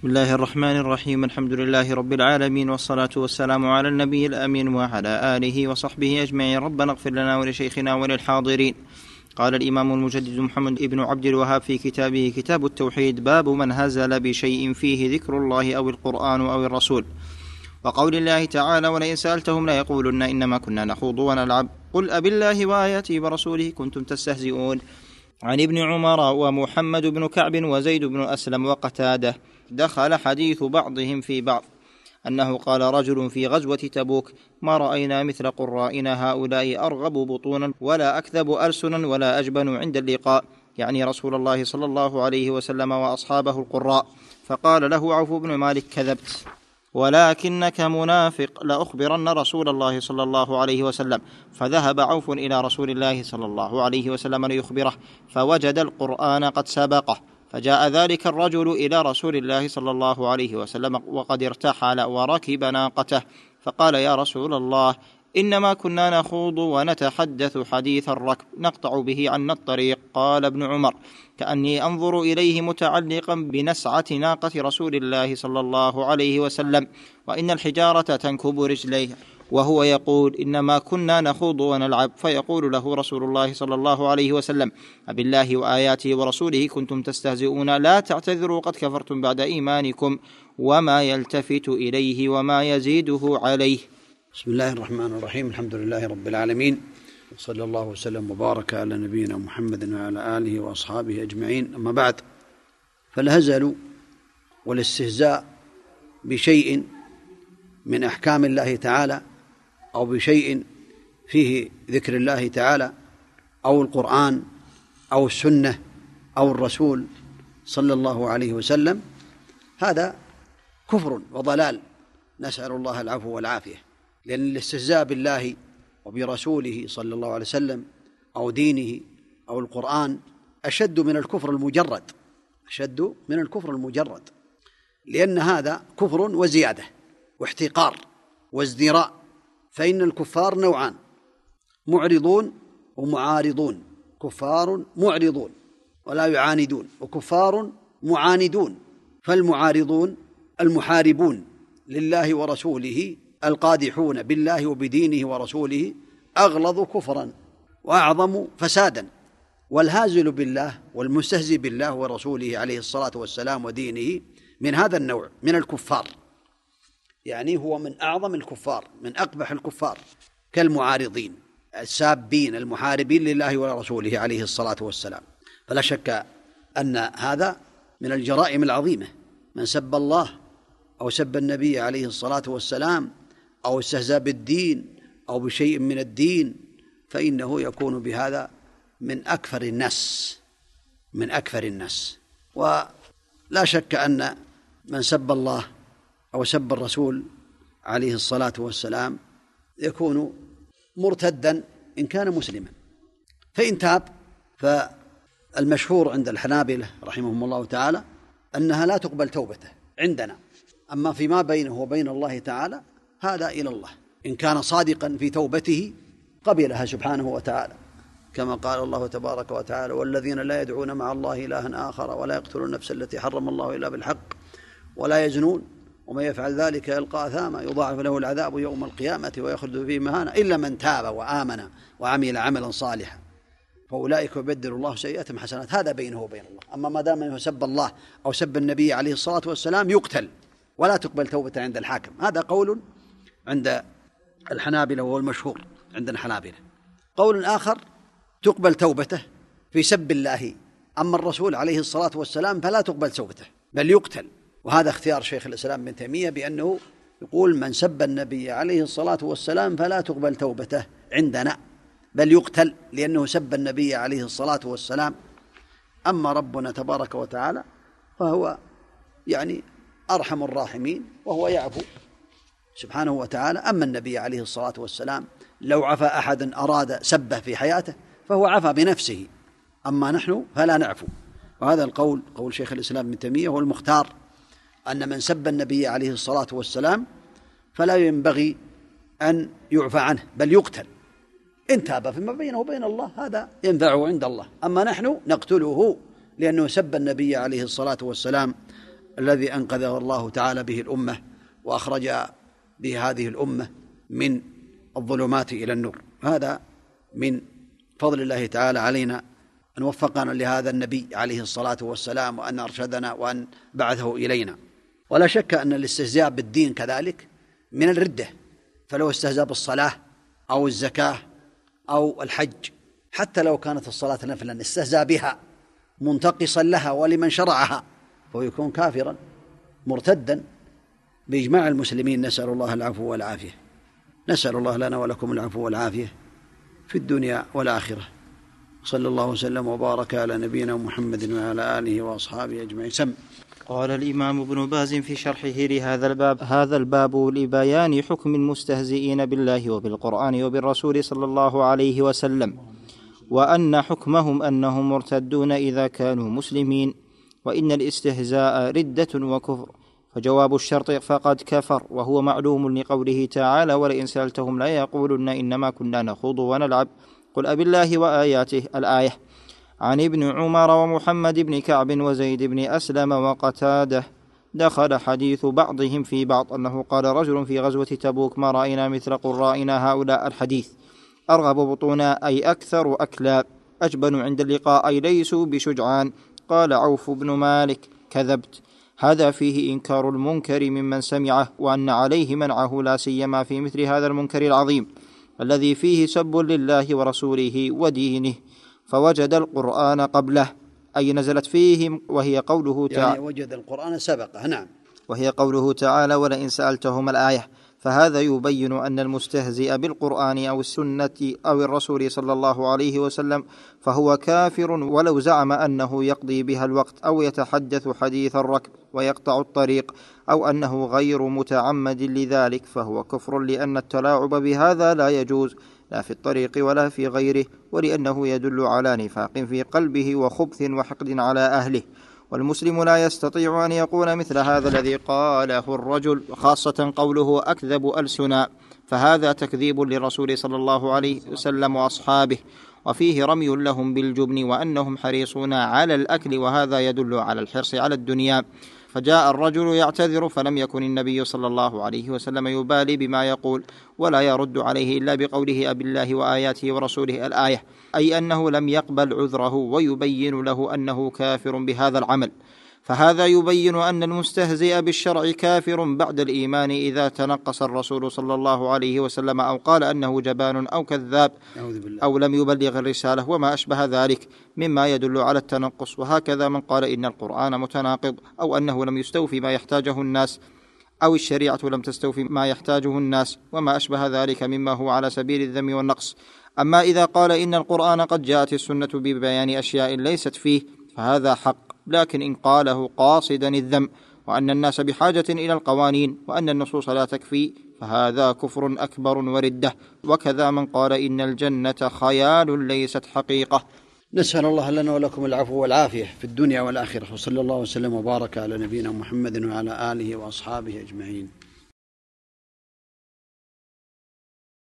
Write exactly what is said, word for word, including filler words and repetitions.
بسم الله الرحمن الرحيم. الحمد لله رب العالمين، والصلاة والسلام على النبي الأمين وعلى آله وصحبه أجمعين. ربنا اغفر لنا ولشيخنا وللحاضرين. قال الإمام المجدد محمد بن عبد الوهاب في كتابه كتاب التوحيد: باب من هزل بشيء فيه ذكر الله أو القرآن أو الرسول. وقول الله تعالى: ولئن سألتهم ليقولن إنما كنا نخوض ونلعب قل أبالله وآياته ورسوله كنتم تستهزئون. عن ابن عمر ومحمد بن كعب وزيد بن أسلم وقتاده دخل حديث بعضهم في بعض أنه قال رجل في غزوة تبوك: ما رأينا مثل قرائنا هؤلاء أرغب بطونا ولا أكذب ألسنا ولا أجبن عند اللقاء، يعني رسول الله صلى الله عليه وسلم وأصحابه القراء. فقال له عوف بن مالك: كذبت، ولكنك منافق، لأخبرن رسول الله صلى الله عليه وسلم. فذهب عوف إلى رسول الله صلى الله عليه وسلم ليخبره، فوجد القرآن قد سبقه. فجاء ذلك الرجل إلى رسول الله صلى الله عليه وسلم وقد ارتحل وركب ناقته، فقال: يا رسول الله، إنما كنا نخوض ونتحدث حديث الركب نقطع به عنا الطريق. قال ابن عمر: كأني أنظر إليه متعلقا بنسعة ناقة رسول الله صلى الله عليه وسلم، وإن الحجارة تنكب رجليه، وهو يقول: إنما كنا نخوض ونلعب. فيقول له رسول الله صلى الله عليه وسلم: أبالله وآياته ورسوله كنتم تستهزئون، لا تعتذروا قد كفرتم بعد إيمانكم، وما يلتفت إليه وما يزيده عليه. بسم الله الرحمن الرحيم. الحمد لله رب العالمين، وصلى الله وسلم وبارك على نبينا محمد وعلى آله وأصحابه أجمعين. أما بعد، فالهزل والاستهزاء بشيء من أحكام الله تعالى أو بشيء فيه ذكر الله تعالى أو القرآن أو السنة أو الرسول صلى الله عليه وسلم، هذا كفر وضلال، نسأل الله العفو والعافية. لأن الاستهزاء بالله وبرسوله صلى الله عليه وسلم أو دينه أو القرآن أشد من الكفر المجرد، أشد من الكفر المجرد، لأن هذا كفر وزيادة واحتقار وازدراء. فإن الكفار نوعان: معرضون ومعارضون. كفار معرضون ولا يعاندون، وكفار معاندون. فالمعارضون المحاربون لله ورسوله القادحون بالله وبدينه ورسوله أغلظ كفرا وأعظم فسادا. والهازل بالله والمستهزئ بالله ورسوله عليه الصلاة والسلام ودينه من هذا النوع من الكفار، يعني هو من أعظم الكفار، من أقبح الكفار، كالمعارضين السابين المحاربين لله ورسوله عليه الصلاة والسلام. فلا شك أن هذا من الجرائم العظيمة. من سب الله أو سب النبي عليه الصلاة والسلام أو استهزأ بالدين أو بشيء من الدين، فإنه يكون بهذا من أكفر الناس، من أكفر الناس. ولا شك أن من سب الله أو سب الرسول عليه الصلاة والسلام يكون مرتدا إن كان مسلما. فإن تاب، فالمشهور عند الحنابلة رحمهم الله تعالى أنها لا تقبل توبته عندنا. أما فيما بينه وبين الله تعالى هذا إلى الله، إن كان صادقا في توبته قبلها سبحانه وتعالى، كما قال الله تبارك وتعالى: والذين لا يدعون مع الله إلها آخر ولا يقتلون النفس التي حرم الله إلا بالحق ولا يزنون ومن يفعل ذلك يلقى أثاما يضاعف له العذاب يوم القيامة ويخلد فيه مهانا إلا من تاب وآمن وعمل عملا صالحا فأولئك يبدل الله سيئاتهم حسنات. هذا بينه وبين الله. أما ما دام أنه سب الله أو سب النبي عليه الصلاة والسلام يقتل ولا تقبل توبة عند الحاكم. هذا قول عند الحنابلة وهو المشهور عند الحنابلة. قول آخر: تقبل توبته في سب الله، أما الرسول عليه الصلاة والسلام فلا تقبل توبته بل يقتل. وهذا اختيار شيخ الإسلام ابن تيمية، بأنه يقول: من سب النبي عليه الصلاة والسلام فلا تقبل توبته عندنا بل يقتل، لأنه سب النبي عليه الصلاة والسلام. أما ربنا تبارك وتعالى فهو يعني أرحم الراحمين وهو يعفو سبحانه وتعالى. أما النبي عليه الصلاة والسلام لو عفى أحد أراد سبه في حياته فهو عفى بنفسه، أما نحن فلا نعفو. وهذا القول قول شيخ الإسلام ابن تيمية هو المختار، أن من سب النبي عليه الصلاة والسلام فلا ينبغي أن يعفى عنه بل يقتل. إن تاب فيما بينه وبين الله هذا ينفعه عند الله، أما نحن نقتله لأنه سب النبي عليه الصلاة والسلام الذي أنقذه الله تعالى به الأمة وأخرج به هذه الأمة من الظلمات إلى النور. هذا من فضل الله تعالى علينا أن وفقنا لهذا النبي عليه الصلاة والسلام، وأن أرشدنا وأن بعثه إلينا. ولا شك أن الاستهزاء بالدين كذلك من الردة، فلو استهزأ بالصلاة أو الزكاة أو الحج، حتى لو كانت الصلاة نفلا استهزأ بها منتقصا لها ولمن شرعها، فهو يكون كافرا مرتدا بإجماع المسلمين. نسأل الله العفو والعافية. نسأل الله لنا ولكم العفو والعافية في الدنيا والآخرة. صلى الله وسلم وبارك على نبينا محمد وعلى آله وأصحابه أجمعين. سم. قال الإمام ابن باز في شرحه لهذا الباب: هذا الباب لبيان حكم المستهزئين بالله وبالقرآن وبالرسول صلى الله عليه وسلم، وأن حكمهم أنهم مرتدون إذا كانوا مسلمين، وإن الاستهزاء ردة وكفر. فجواب الشرط فقد كفر، وهو معلوم لقوله تعالى: ولئن سألتهم لا يقولن إنما كنا نخوض ونلعب قل أبالله وآياته الآية. عن ابن عمر ومحمد بن كعب وزيد بن أسلم وقتاده دخل حديث بعضهم في بعض أنه قال رجل في غزوة تبوك: ما رأينا مثل قرائنا هؤلاء الحديث، أرغب بطونا أي أكثر أكلا، أجبن عند اللقاء أي ليسوا بشجعان. قال عوف بن مالك: كذبت. هذا فيه إنكار المنكر ممن سمعه، وأن عليه منعه، لا سيما في مثل هذا المنكر العظيم الذي فيه سب لله ورسوله ودينه. فوجد القرآن قبله، أي نزلت فيه، وهي قوله تعالى يعني وجد القرآن سبقه. نعم. وهي قوله تعالى: ولئن سألتهم الآية. فهذا يبين أن المستهزئ بالقرآن أو السنة أو الرسول صلى الله عليه وسلم فهو كافر، ولو زعم أنه يقضي بها الوقت أو يتحدث حديث الركب ويقطع الطريق، أو أنه غير متعمد لذلك، فهو كفر، لأن التلاعب بهذا لا يجوز لا في الطريق ولا في غيره، ولأنه يدل على نفاق في قلبه وخبث وحقد على أهله. والمسلم لا يستطيع أن يقول مثل هذا الذي قاله الرجل، خاصة قوله أكذب ألسنا، فهذا تكذيب للرسول صلى الله عليه وسلم وأصحابه، وفيه رمي لهم بالجبن وأنهم حريصون على الأكل، وهذا يدل على الحرص على الدنيا. فجاء الرجل يعتذر، فلم يكن النبي صلى الله عليه وسلم يبالي بما يقول، ولا يرد عليه إلا بقوله أبالله وآياته ورسوله الآية، أي أنه لم يقبل عذره ويبين له أنه كافر بهذا العمل. فهذا يبين أن المستهزئ بالشرع كافر بعد الإيمان إذا تنقص الرسول صلى الله عليه وسلم أو قال أنه جبان أو كذاب أو لم يبلغ الرسالة وما أشبه ذلك مما يدل على التنقص. وهكذا من قال إن القرآن متناقض، أو أنه لم يستوفي ما يحتاجه الناس، أو الشريعة لم تستوفي ما يحتاجه الناس، وما أشبه ذلك مما هو على سبيل الذم والنقص. أما إذا قال إن القرآن قد جاءت السنة ببيان أشياء ليست فيه فهذا حق، لكن إن قاله قاصدا الذم وأن الناس بحاجة إلى القوانين وأن النصوص لا تكفي فهذا كفر أكبر وردة. وكذا من قال إن الجنة خيال ليست حقيقة. نسأل الله لنا ولكم العفو والعافية في الدنيا والآخرة، وصلى الله وسلم وبارك على نبينا محمد وعلى آله وأصحابه أجمعين.